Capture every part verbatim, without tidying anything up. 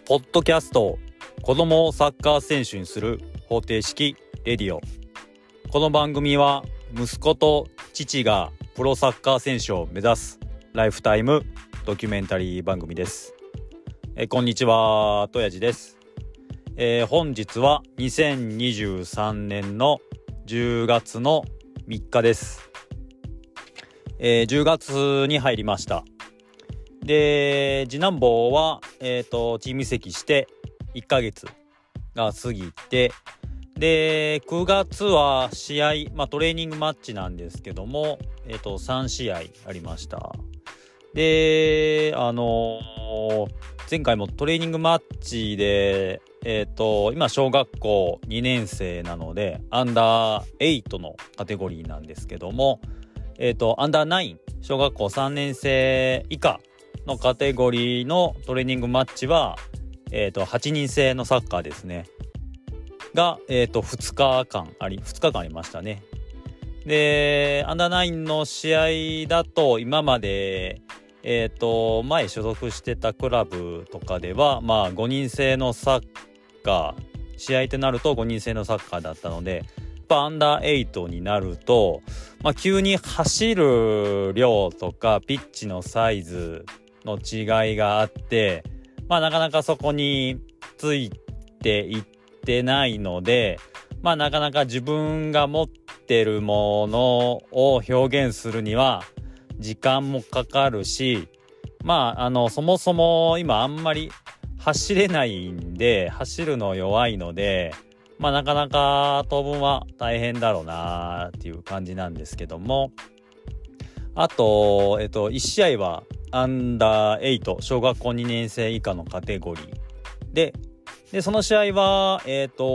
ポッドキャスト子供をサッカー選手にする方程式レディオ。この番組は息子と父がプロサッカー選手を目指すライフタイムドキュメンタリー番組です。えこんにちは、とやじです。えー、本日はにせんにじゅうさんねんのじゅうがつのみっかです。えー、じゅうがつに入りました。で、次男坊は、えーと、チーム移籍していっかげつが過ぎて、で、くがつは試合、まあトレーニングマッチなんですけども、えーと、さんしあいありました。で、あのー、前回もトレーニングマッチで、えーと、今小学校にねんせいなので、アンダーエイトのカテゴリーなんですけども、えーと、アンダーナイン、小学校さんねんせい以下のカテゴリーのトレーニングマッチは、えーと、はちにんせいのサッカーですね。が、えーと、ふつかかんあり、ふつかかんありましたね。で、アンダーナインの試合だと、今まで、えーと、前所属してたクラブとかでは、まあ、ごにんせいのサッカー、試合ってなるとごにんせいのサッカーだったので、やっぱアンダーエイトになると、まあ、急に走る量とか、ピッチのサイズの違いがあって、まあなかなかそこについていってないので、まあなかなか自分が持ってるものを表現するには時間もかかるし、まああのそもそも今あんまり走れないんで、走るの弱いので、まあなかなか当分は大変だろうなっていう感じなんですけども、あとえっといち試合はアンダーエイト、小学校にねんせい以下のカテゴリーで、でその試合はえっと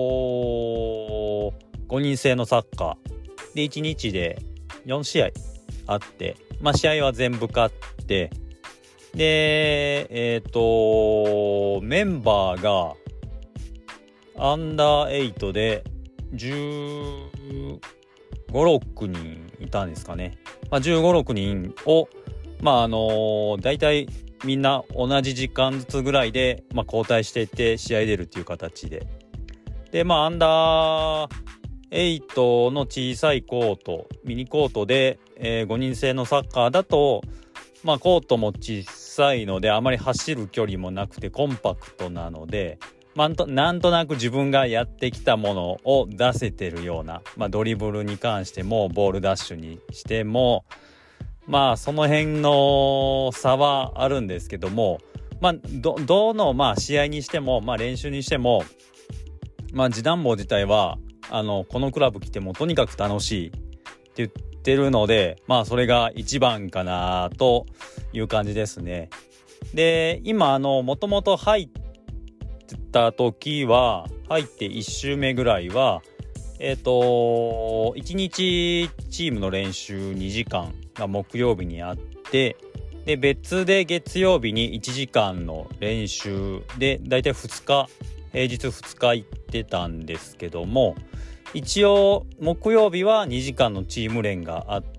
ごにんせいのサッカーでいちにちでよんしあいあって、まあ試合は全部勝って、でえっとメンバーがアンダーエイトでじゅうご、ろくにんいたんですかね。まあ、じゅうご、ろくにんをまああのー、大体みんな同じ時間ずつぐらいで、まあ、交代していって試合出るっていう形で、でまあアンダーエイトの小さいコート、ミニコートで、えー、ごにんせいのサッカーだと、まあコートも小さいのであまり走る距離もなくてコンパクトなので、まあ、なんとなく自分がやってきたものを出せてるような、まあ、ドリブルに関してもボールダッシュにしても、まあその辺の差はあるんですけども、まあ ど, どのまあ試合にしても、まあ練習にしても、まあ次男坊自体はあのこのクラブ来てもとにかく楽しいって言ってるので、まあそれが一番かなという感じですね。で今あのもともと入った時は入っていち週目ぐらいはえっといちにちチームの練習にじかんが木曜日にあって、で別で月曜日にいちじかんの練習でだいたいふつか、平日ふつか行ってたんですけども、一応木曜日はにじかんのチーム練があって、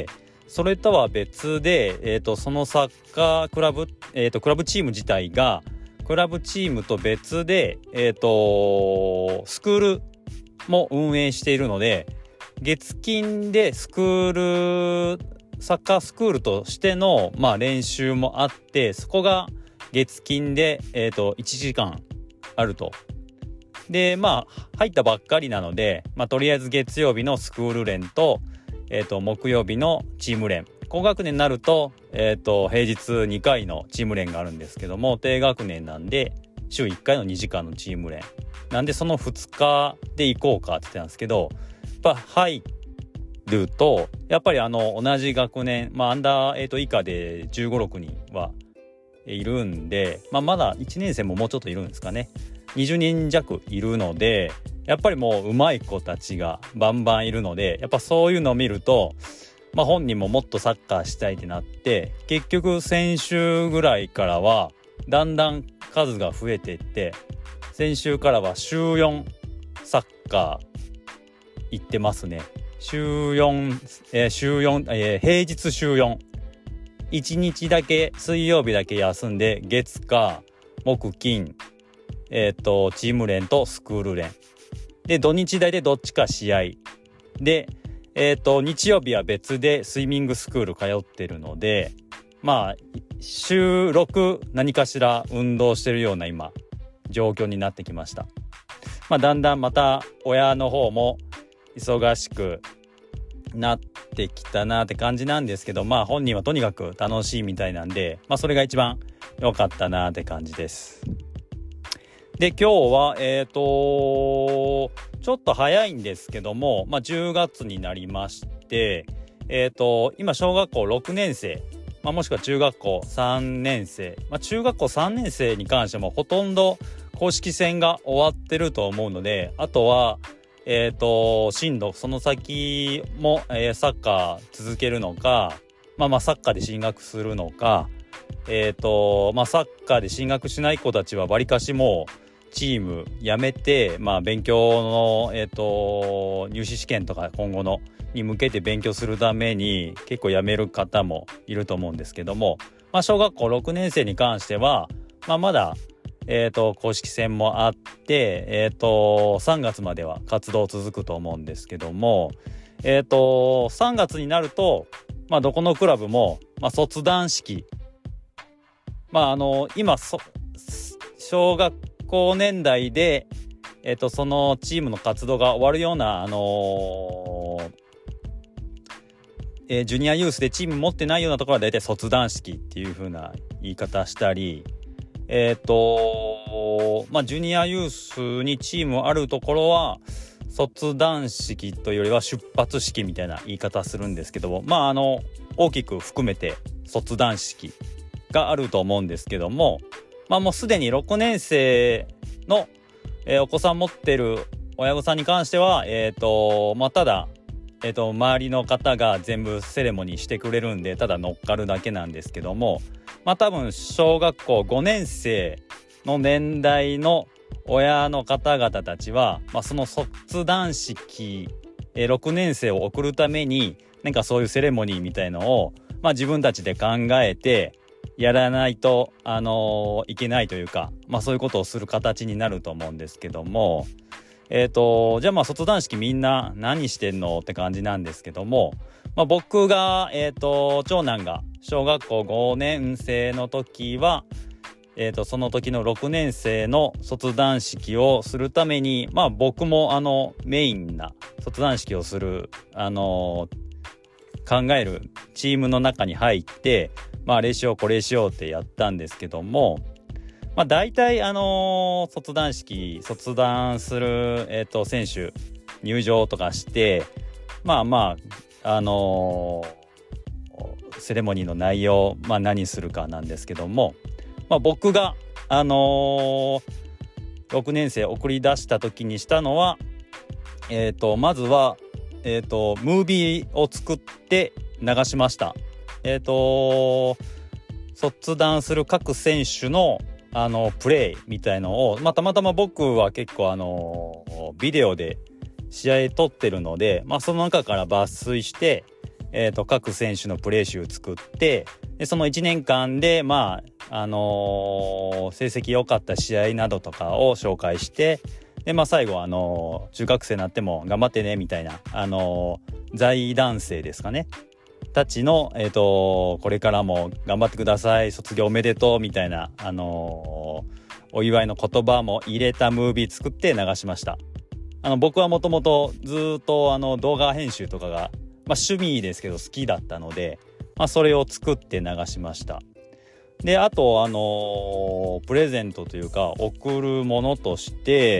それとは別で、えーと、そのサッカークラブ、えーと、クラブチーム自体がクラブチームと別で、えーと、スクールも運営しているので、月金でスクールサッカースクールとしての、まあ、練習もあって、そこが月金で、えーと、いちじかんあると。でまあ入ったばっかりなので、まあ、とりあえず月曜日のスクール練と、えーと、木曜日のチーム練、高学年になると、えーと、平日にかいのチーム練があるんですけども、低学年なんで週いっかいのにじかんのチーム練なんで、そのふつかで行こうかって言ってたんですけど、やっぱ入るとやっぱりあの同じ学年、まあアンダーエイト以下でじゅうご、ろくにんはいるんで、まあ、まだいちねんせいももうちょっといるんですかね、にじゅうにんじゃくいるので、やっぱりもう上手い子たちがバンバンいるので、やっぱそういうのを見ると、まあ、本人ももっとサッカーしたいってなって、結局先週ぐらいからはだんだん数が増えていって、先週からは週よんサッカー行ってますね。週よん、えー、週よん、えー、平日週よん、いちにちだけ水曜日だけ休んで、月火木金えっとチーム練とスクール練で、土日大でどっちか試合で、えっと日曜日は別でスイミングスクール通ってるので、まあ週ろく何かしら運動してるような今状況になってきました。まあだんだんまた親の方も忙しくなってきたなって感じなんですけど、まあ本人はとにかく楽しいみたいなんで、まあそれが一番良かったなって感じです。で、今日はえっとちょっと早いんですけども、まあじゅうがつになりまして、えっと今小学校ろくねん生、まあ、もしくは中学校さんねん生、まあ、中学校さんねん生に関してもほとんど公式戦が終わってると思うので、あとはえっと進路その先も、えー、サッカー続けるのか、まあまあサッカーで進学するのか、えっとまあサッカーで進学しない子たちはわりかしもうチーム辞めて、まあ勉強のえっと入試試験とか今後のに向けて勉強するために結構辞める方もいると思うんですけども、まあ小学校ろくねん生に関しては、まあまだえっと公式戦もあって、えっとさんがつまでは活動続くと思うんですけども、えっとさんがつになると、まあどこのクラブも、まあ、卒団式、まああの今そ小学校年代で、えっとそのチームの活動が終わるようなあのーえー、ジュニアユースでチーム持ってないようなところは大体卒団式っていう風な言い方したり、えっとまあジュニアユースにチームあるところは卒団式というよりは出発式みたいな言い方するんですけども、まああの大きく含めて卒団式があると思うんですけども、まあもうすでにろくねん生の、えー、お子さん持ってる親御さんに関しては、えっとまあただえーと、周りの方が全部セレモニーしてくれるんで、ただ乗っかるだけなんですけども、まあ多分小学校ごねん生の年代の親の方々たちは、まあ、その卒団式、えー、ろくねん生を送るためになんかそういうセレモニーみたいのを、まあ、自分たちで考えてやらないと、あのー、いけないというか、まあ、そういうことをする形になると思うんですけども、えーと、じゃあまあ卒団式みんな何してんのって感じなんですけども、まあ、僕が、えーと、長男が小学校ごねん生の時は、えーと、その時のろくねん生の卒団式をするために、まあ僕もあのメインな卒団式をする、あのー、考えるチームの中に入って、まああれしようこれしようってやったんですけども、まあ、大体、あのー、卒団式卒団する、えーと、選手入場とかして、まあまあ、あのー、セレモニーの内容、まあ、何するかなんですけども、まあ、僕が、あのー、ろくねん生送り出した時にしたのは、えーと、まずは、えーと、ムービーを作って流しました。えーと、卒団する各選手のあのプレイみたいのを、まあ、たまたま僕は結構あのビデオで試合撮ってるので、まあ、その中から抜粋して、えー、と各選手のプレー集作って、でそのいちねんかんで、まああのー、成績良かった試合などとかを紹介して、で、まあ、最後、あのー、中学生になっても頑張ってねみたいな、あのー、在男性ですかねたちの、えーと、これからも頑張ってください、卒業おめでとうみたいな、あのー、お祝いの言葉も入れたムービー作って流しました。あの僕はもともとずっとあの動画編集とかが、まあ、趣味ですけど好きだったので、まあ、それを作って流しました。で、あと、あのー、プレゼントというか贈るものとして、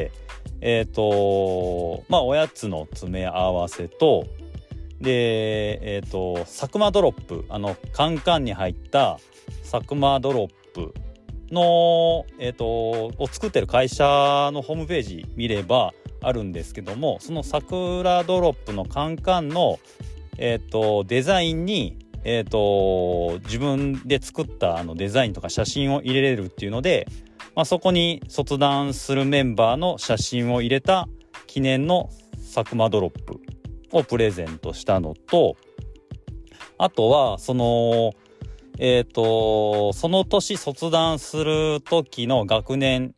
えっとまあおやつの詰め合わせと、で、えっとサクマドロップ、あのカンカンに入ったサクマドロップの、えっとを作ってる会社のホームページ見ればあるんですけども、そのサクラドロップのカンカンの、えっとデザインに、えっと自分で作ったあのデザインとか写真を入れれるっていうので、まあ、そこに卒団するメンバーの写真を入れた記念のサクマドロップをプレゼントしたのと、あとはそのえっとその年卒団する時の学年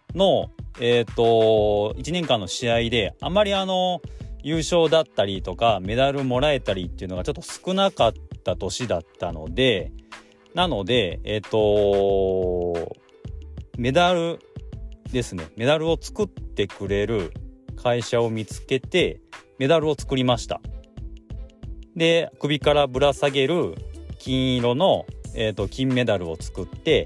の、えっと、いちねんかんの試合で、あまりあの、優勝だったりとか、メダルもらえたりっていうのがちょっと少なかった年だったので、なので、えっと、メダルですね、メダルを作ってくれる会社を見つけて、メダルを作りました。で、首からぶら下げる金色の、えっと、金メダルを作って、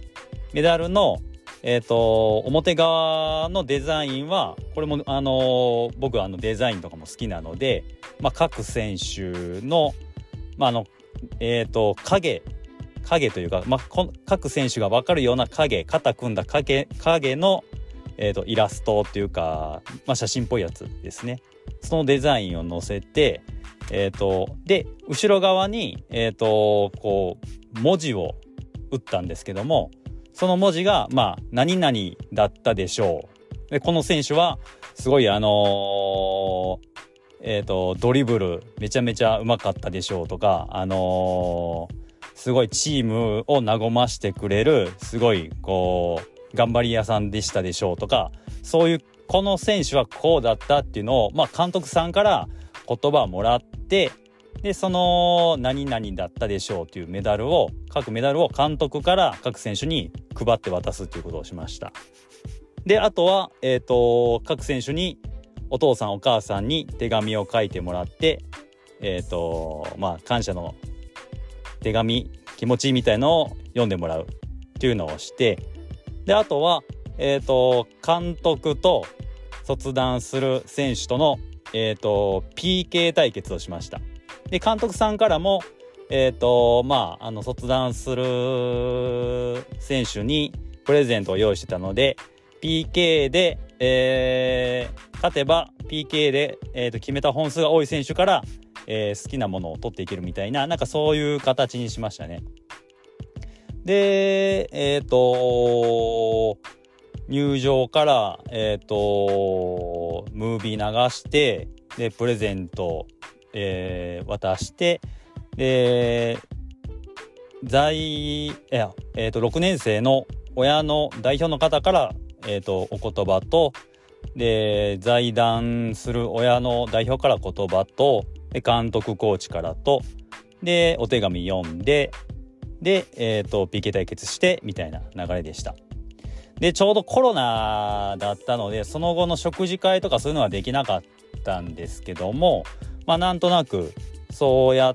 メダルのえっと、表側のデザインは、これも、あのー、僕はあのデザインとかも好きなので、まあ、各選手の、まあ、あの、えっと、影、影というか、まあ、各選手が分かるような影、肩組んだ影、影の、えっと、イラストっていうか、まあ、写真っぽいやつですね。そのデザインを載せて、えっと、で、後ろ側に、えっと、こう、文字を打ったんですけども、その文字が、まあ、何々だったでしょう。で、この選手は、すごい、あのー、えっと、ドリブル、めちゃめちゃうまかったでしょうとか、あのー、すごいチームを和ましてくれる、すごい、こう、頑張り屋さんでしたでしょうとか、そういう、この選手はこうだったっていうのを、まあ、監督さんから言葉をもらって、で、その何々だったでしょうというメダルを、各メダルを監督から各選手に配って渡すということをしました。で、あとは、えっと、各選手にお父さんお母さんに手紙を書いてもらって、えっと、まあ、感謝の手紙、気持ちみたいのを読んでもらうっていうのをして、で、あとは、えっと、監督と卒団する選手との、えっと、ピーケー 対決をしました。で、監督さんからも、えっと、まあ、あの、卒団する選手にプレゼントを用意してたので、ピーケー で、えー、勝てば ピーケー で、えーと、決めた本数が多い選手から、えー、好きなものを取っていけるみたいな、なんかそういう形にしましたね。で、えっと、入場から、えっと、ムービー流して、で、プレゼント、えー、渡して、で、在、いや、えっと、ろくねん生の親の代表の方から、えっと、お言葉と、で、在団する親の代表から言葉と、で、監督コーチからと、で、お手紙読んで、で、えっと、ピーケー 対決して、みたいな流れでした。で、ちょうどコロナだったので、その後の食事会とかそういうのはできなかったんですけども、まあ、なんとなく、そうやって、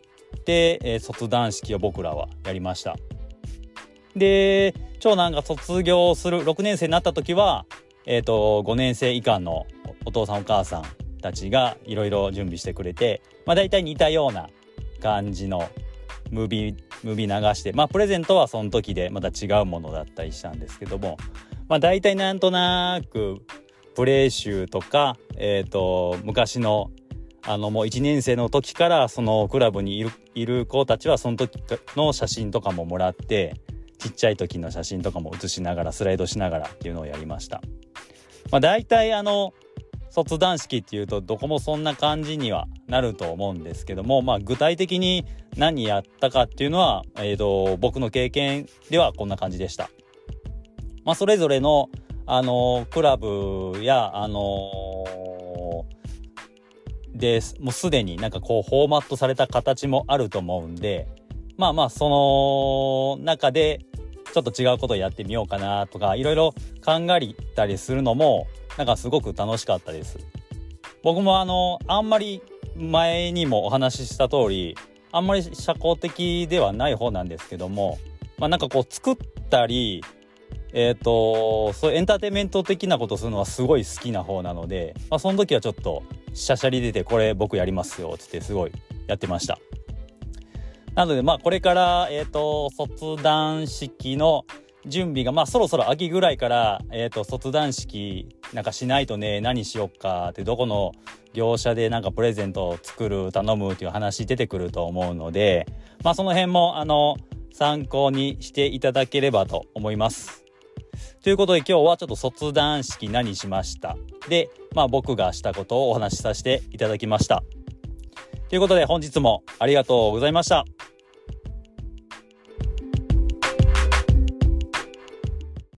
えー、卒団式を僕らはやりました。で、長男が卒業するろくねん生になった時は、えっと、ごねん生以下のお父さんお母さんたちがいろいろ準備してくれて、まあ大体似たような感じのムービー、ムービー流して、まあプレゼントはその時でまた違うものだったりしたんですけども、まあ大体なんとなくプレー集とか、えっと、昔のあのもういちねん生の時からそのクラブにいる、いる子たちはその時の写真とかももらって、ちっちゃい時の写真とかも写しながらスライドしながらっていうのをやりました。まあ大体あの卒団式っていうとどこもそんな感じにはなると思うんですけども、まあ具体的に何やったかっていうのは、えーと、僕の経験ではこんな感じでした。まあそれぞれのあのクラブやあのでもうすでになんかこうフォーマットされた形もあると思うんで、まあまあその中でちょっと違うことをやってみようかなとかいろいろ考えたりするのもなんかすごく楽しかったです。僕もあのあんまり前にもお話しした通りあんまり社交的ではない方なんですけども、まあなんかこう作ったりえっとそういうエンターテインメント的なことをするのはすごい好きな方なので、まあその時はちょっとシャシャリ出てこれ僕やりますよつってすごいやってました。なのでまあこれからえっと卒団式の準備がまあそろそろ秋ぐらいからえっと卒団式なんかしないとね何しよっかってどこの業者でなんかプレゼントを作る頼むっていう話出てくると思うので、まあその辺もあの参考にしていただければと思います。ということで今日はちょっと卒団式何しましたで、まあ僕がしたことをお話しさせていただきました。ということで本日もありがとうございました。